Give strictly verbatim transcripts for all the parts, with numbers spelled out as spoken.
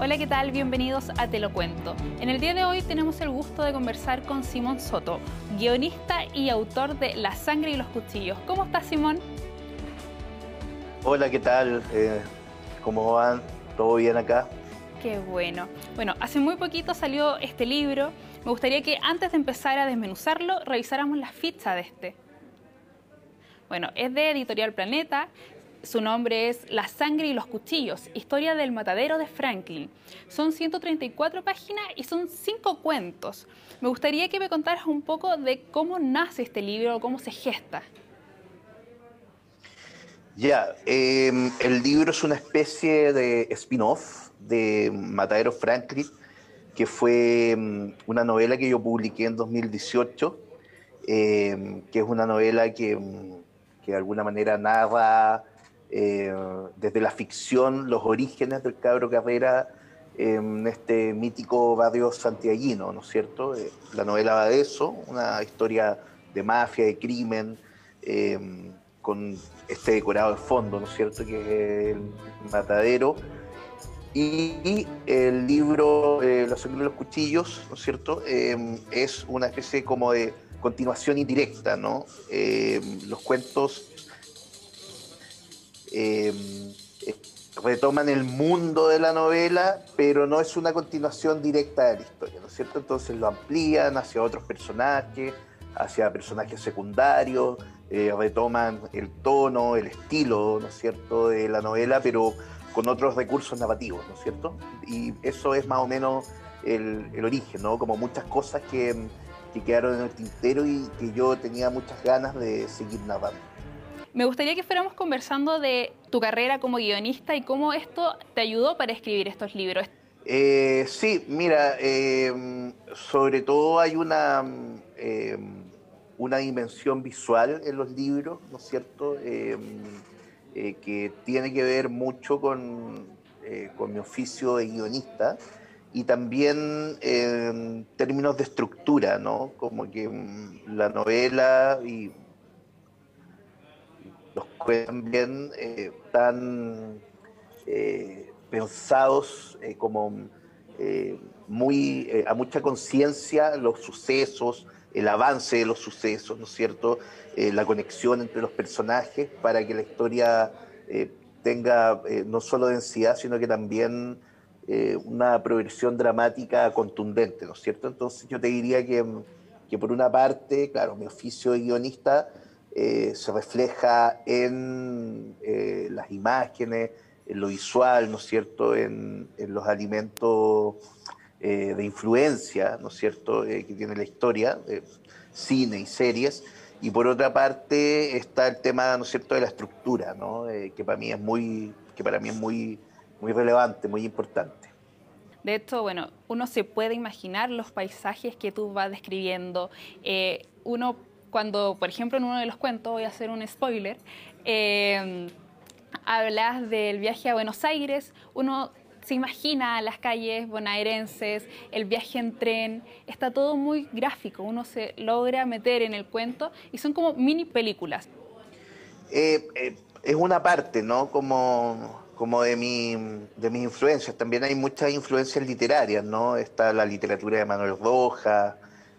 Hola, ¿qué tal? Bienvenidos a Te lo cuento. En el día de hoy tenemos el gusto de conversar con Simón Soto, guionista y autor de La sangre y los cuchillos. ¿Cómo estás, Simón? Hola, ¿qué tal? Eh, ¿cómo van? ¿Todo bien acá? Qué bueno. Bueno, hace muy poquito salió este libro. Me gustaría que antes de empezar a desmenuzarlo, revisáramos la ficha de este. Bueno, es de Editorial Planeta. Su nombre es La sangre y los cuchillos, historia del matadero de Franklin. Son ciento treinta y cuatro páginas y son cinco cuentos. Me gustaría que me contaras un poco de cómo nace este libro, cómo se gesta. Ya, eh, el libro es una especie de spin-off de Matadero Franklin, que fue um, una novela que yo publiqué en dos mil dieciocho, eh, que es una novela que, um, que de alguna manera narra eh, desde la ficción los orígenes del Cabro Carrera en este mítico barrio santiaguino, ¿no es cierto? Eh, la novela va de eso, una historia de mafia, de crimen, eh, con este decorado de fondo, ¿no es cierto?, que es el matadero. Y, y el libro eh, La sangre de los cuchillos, ¿no es cierto?, eh, es una especie como de continuación indirecta, ¿no? Eh, los cuentos eh, retoman el mundo de la novela, pero no es una continuación directa de la historia, ¿no es cierto? Entonces lo amplían hacia otros personajes, hacia personajes secundarios, eh, retoman el tono, el estilo, ¿no es cierto?, de la novela, pero con otros recursos narrativos, ¿no es cierto? Y eso es más o menos el, el origen, ¿no? Como muchas cosas que, que quedaron en el tintero y que yo tenía muchas ganas de seguir narrando. Me gustaría que fuéramos conversando de tu carrera como guionista y cómo esto te ayudó para escribir estos libros. Eh, sí, mira, eh, sobre todo hay una, eh, una dimensión visual en los libros, ¿no es cierto?, eh, eh, que tiene que ver mucho con, eh, con mi oficio de guionista y también eh, en términos de estructura, ¿no? Como que mm, la novela y los cuentos también eh, están eh, pensados eh, como eh, muy, eh, a mucha conciencia los sucesos, el avance de los sucesos, ¿no es cierto?, eh, la conexión entre los personajes para que la historia eh, tenga eh, no solo densidad, sino que también eh, una progresión dramática contundente, ¿no es cierto? Entonces yo te diría que, que por una parte, claro, mi oficio de guionista eh, se refleja en eh, las imágenes, en lo visual, ¿no es cierto?, en, en los alimentos eh, de influencia, ¿no es cierto?, eh, que tiene la historia, eh, cine y series. Y por otra parte está el tema, ¿no es cierto?, de la estructura, ¿no?, eh, que para mí es muy, que para mí es muy, muy relevante, muy importante. De hecho, bueno, uno se puede imaginar los paisajes que tú vas describiendo. Eh, uno, cuando, por ejemplo, en uno de los cuentos, voy a hacer un spoiler, eh, hablas del viaje a Buenos Aires, uno se imagina las calles bonaerenses, el viaje en tren, está todo muy gráfico, uno se logra meter en el cuento y son como mini películas. Eh, eh, es una parte, ¿no?, como, como de, mi, de mis influencias. También hay muchas influencias literarias, ¿no? Está la literatura de Manuel Rojas,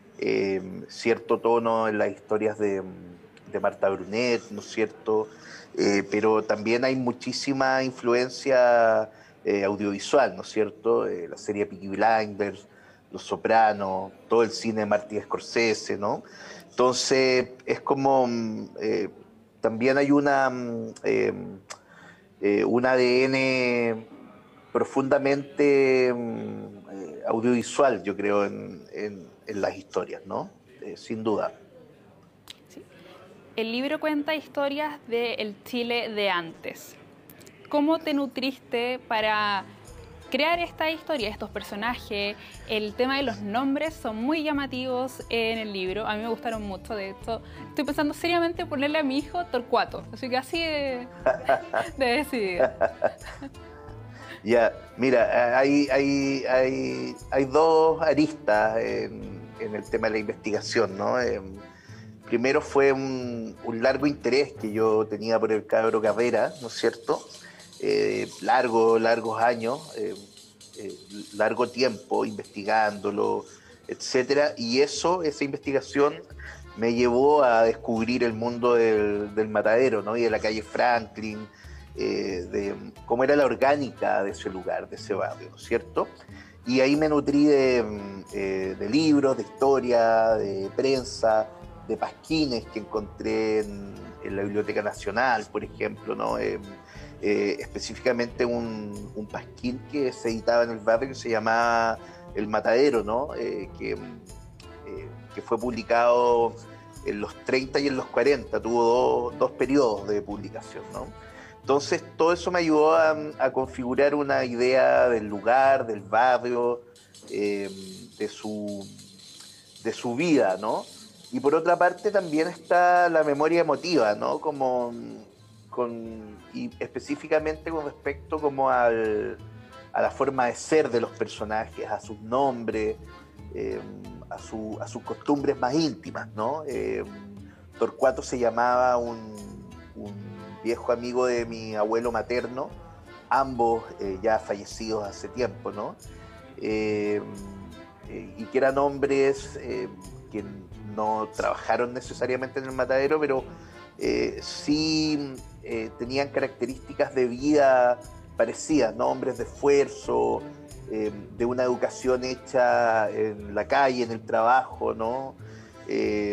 eh, cierto tono en las historias de, de Marta Brunet, ¿no es cierto? Eh, pero también hay muchísima influencia eh, audiovisual, ¿no es cierto? Eh, la serie Peaky Blinders, Los Sopranos, todo el cine de Martin Scorsese, ¿no? Entonces es como eh, también hay una eh, eh, un A D N profundamente eh, audiovisual, yo creo, en, en, en las historias, ¿no? Eh, sin duda. ¿Sí? El libro cuenta historias del Chile de antes. ¿Cómo te nutriste para crear esta historia, estos personajes? El tema de los nombres son muy llamativos en el libro. A mí me gustaron mucho, de hecho. Estoy pensando seriamente ponerle a mi hijo Torcuato. Así que así de, de decidido. Ya, mira, hay, hay, hay, hay dos aristas en, en el tema de la investigación, ¿no? Eh, primero fue un, un largo interés que yo tenía por el Cabro Carrera, ¿no es cierto? Eh, largo, largos años. Eh, eh, largo tiempo investigándolo, etcétera, y eso, esa investigación me llevó a descubrir el mundo del, del matadero, ¿no? Y de la calle Franklin, eh, de cómo era la orgánica de ese lugar, de ese barrio, ¿no es cierto? Y ahí me nutrí de, eh, de libros, de historia, de prensa, de pasquines que encontré en, en la Biblioteca Nacional, por ejemplo, ¿no? Eh, eh, específicamente un, un pasquín que se editaba en el barrio que se llamaba El Matadero, ¿no? Eh, que, eh, que fue publicado en los treinta y en los cuarenta, tuvo dos, dos periodos de publicación, ¿no? Entonces, todo eso me ayudó a, a configurar una idea del lugar, del barrio, eh, de, su, de su vida, ¿no? Y por otra parte también está la memoria emotiva, ¿no? Como, con, y específicamente con respecto como al, a la forma de ser de los personajes, a sus nombres, eh, a, su, a sus costumbres más íntimas, ¿no? Eh, Torcuato se llamaba un, un viejo amigo de mi abuelo materno, ambos eh, ya fallecidos hace tiempo, ¿no? Eh, eh, y que eran hombres eh, que no trabajaron necesariamente en el matadero, pero eh, sí eh, tenían características de vida parecidas, ¿no? Hombres de esfuerzo, eh, de una educación hecha en la calle, en el trabajo, ¿no? Eh,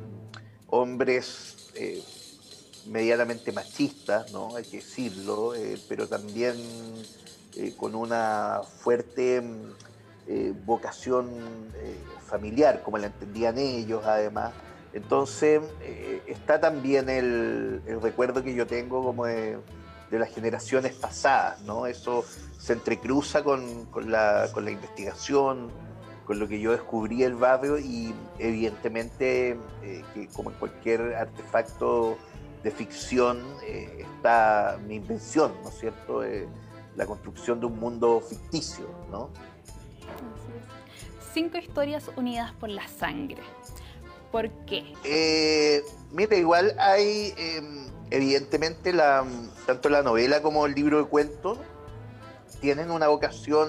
hombres eh, medianamente machistas, ¿no? Hay que decirlo, eh, pero también eh, con una fuerte eh, vocación eh, familiar, como la entendían ellos, además. Entonces, eh, está también el, el recuerdo que yo tengo como de, de las generaciones pasadas, ¿no? Eso se entrecruza con, con, la, con la investigación, con lo que yo descubrí el barrio y evidentemente, eh, que como en cualquier artefacto de ficción, eh, está mi invención, ¿no es cierto? Eh, la construcción de un mundo ficticio, ¿no? Así es. Cinco historias unidas por la sangre. ¿Por qué? Eh, mira, igual hay, eh, evidentemente, la, tanto la novela como el libro de cuentos tienen una vocación,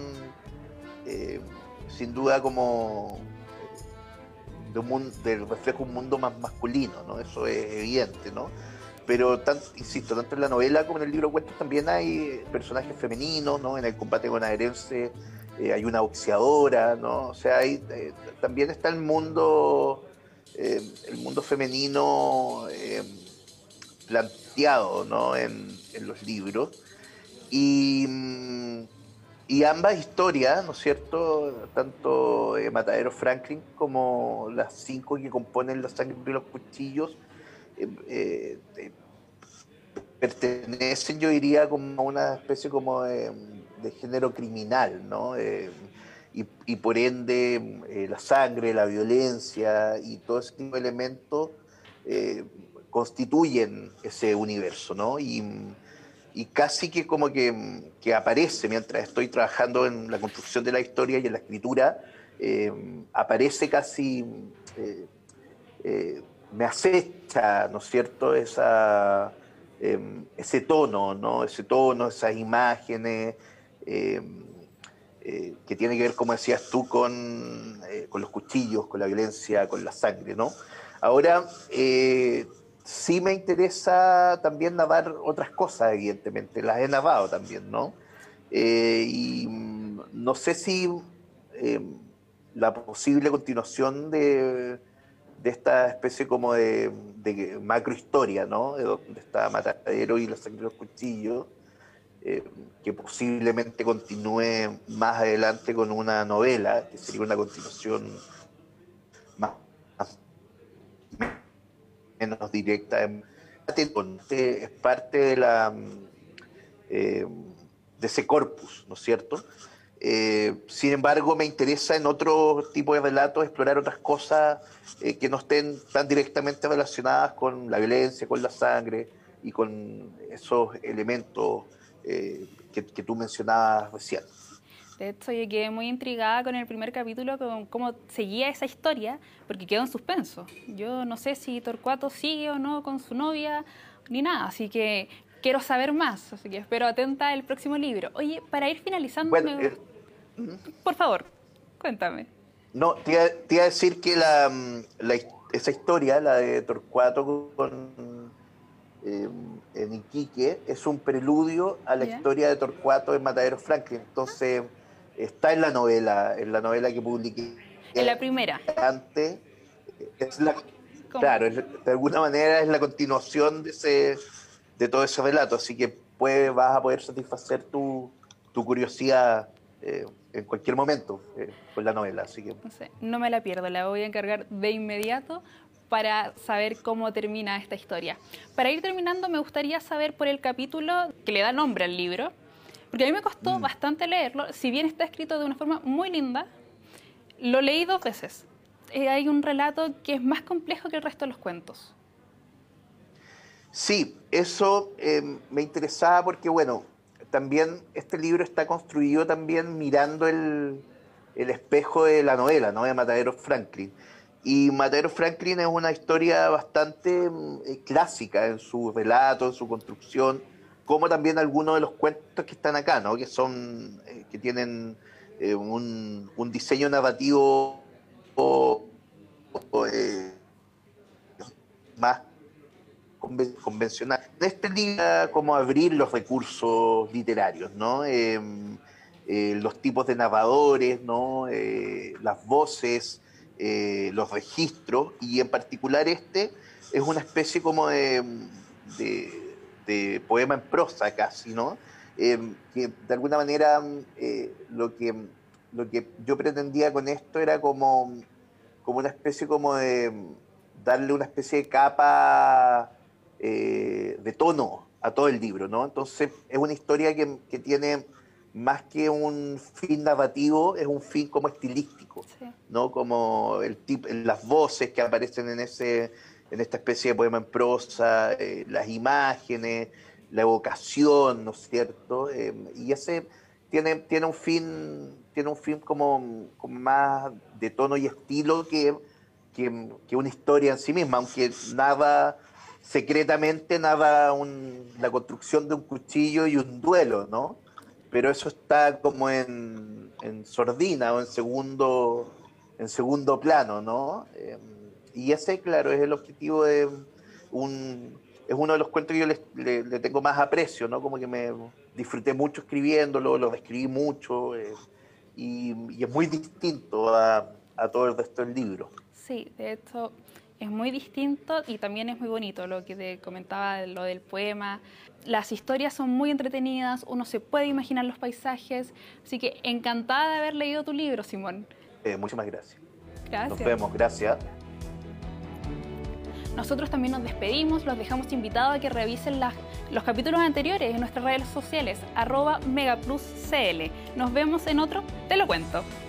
eh, sin duda, como de un mundo, del reflejo de un mundo más masculino, ¿no? Eso es evidente, ¿no? Pero, tanto, insisto, tanto en la novela como en el libro de cuentos también hay personajes femeninos, ¿no? En el combate bonaerense eh, hay una boxeadora, ¿no? O sea, hay, eh, también está el mundo, eh, el mundo femenino eh, planteado, ¿no? En, en los libros. Y, y ambas historias, ¿no es cierto? Tanto eh, Matadero Franklin como las cinco que componen La sangre y los cuchillos, eh, eh, eh, pertenecen, yo diría, como a una especie como de, de género criminal, ¿no? Eh, y, y por ende eh, la sangre, la violencia y todo ese tipo de elementos eh, constituyen ese universo, ¿no? Y, y casi que como que, que aparece mientras estoy trabajando en la construcción de la historia y en la escritura, eh, aparece casi, eh, eh, me acecha, ¿no es cierto?, esa, eh, ese tono, ¿no? Ese tono, esas imágenes, eh, eh, que tiene que ver, como decías tú, con, eh, con los cuchillos, con la violencia, con la sangre, ¿no? Ahora, eh, sí me interesa también narrar otras cosas, evidentemente, las he narrado también, ¿no? Eh, y no sé si eh, la posible continuación de, de esta especie como de, de macrohistoria, ¿no? De donde está Matadero y la sangre de los cuchillos, eh, que posiblemente continúe más adelante con una novela, que sería una continuación más, más menos directa. Es parte de la eh, de ese corpus, ¿no es cierto? Eh, sin embargo, me interesa en otro tipo de relatos explorar otras cosas eh, que no estén tan directamente relacionadas con la violencia, con la sangre y con esos elementos eh, que, que tú mencionabas recién. De hecho, yo quedé muy intrigada con el primer capítulo, con cómo seguía esa historia, porque quedó en suspenso. Yo no sé si Torcuato sigue o no con su novia, ni nada. Así que quiero saber más, así que espero atenta el próximo libro. Oye, para ir finalizando, Bueno, me... eh, por favor, cuéntame. no, te iba, te iba a decir que la, la, esa historia, la de Torcuato con, eh, en Iquique, es un preludio a la ¿Ya? historia de Torcuato en Matadero Franklin. Entonces, está en la novela, en la novela que publiqué En la primera. antes. Es la, ¿Cómo? claro, es, de alguna manera es la continuación de, ese, de todo ese relato, así que pues, vas a poder satisfacer tu, tu curiosidad eh, en cualquier momento eh, con la novela. Así que... No sé, no me la pierdo, la voy a encargar de inmediato para saber cómo termina esta historia. Para ir terminando, me gustaría saber por el capítulo que le da nombre al libro, porque a mí me costó mm. bastante leerlo, si bien está escrito de una forma muy linda, lo leí dos veces. Eh, hay un relato que es más complejo que el resto de los cuentos. Sí, eso eh, me interesaba porque, bueno, también este libro está construido también mirando el, el espejo de la novela, ¿no? De Matadero Franklin. Y Matadero Franklin es una historia bastante eh, clásica en su relato, en su construcción, como también algunos de los cuentos que están acá, ¿no? Que son, eh, que tienen eh, un, un diseño narrativo o, o, eh, más convencional. Este libro como abrir los recursos literarios, ¿no? Eh, eh, los tipos de narradores, ¿no? Eh, las voces, eh, los registros, y en particular este es una especie como de, de, de poema en prosa casi, ¿no? Eh, que de alguna manera eh, lo, que, lo que yo pretendía con esto era como, como una especie como de darle una especie de capa eh, de tono a todo el libro, ¿no? Entonces es una historia que, que tiene más que un fin narrativo, es un fin como estilístico, sí. ¿No? Como el tipo, las voces que aparecen en, ese, en esta especie de poema en prosa, eh, las imágenes, la evocación, ¿no es cierto? Eh, y ese tiene, tiene un fin, tiene un fin como, como más de tono y estilo que, que, que una historia en sí misma, aunque nada secretamente, nada un, la construcción de un cuchillo y un duelo, ¿no? Pero eso está como en, en sordina o en segundo, en segundo plano, ¿no? Eh, y ese, claro, es el objetivo de un... Es uno de los cuentos que yo le, le, le tengo más aprecio, ¿no? Como que me disfruté mucho escribiéndolo, lo describí mucho, eh, y, y es muy distinto a, a todo el resto del libro. Sí, de hecho es muy distinto y también es muy bonito lo que te comentaba, lo del poema. Las historias son muy entretenidas, uno se puede imaginar los paisajes, así que encantada de haber leído tu libro, Simón. Eh, muchísimas gracias. Gracias. Nos vemos, gracias. Nosotros también nos despedimos, los dejamos invitados a que revisen las, los capítulos anteriores en nuestras redes sociales, arroba megapluscl. Nos vemos en otro Te lo cuento.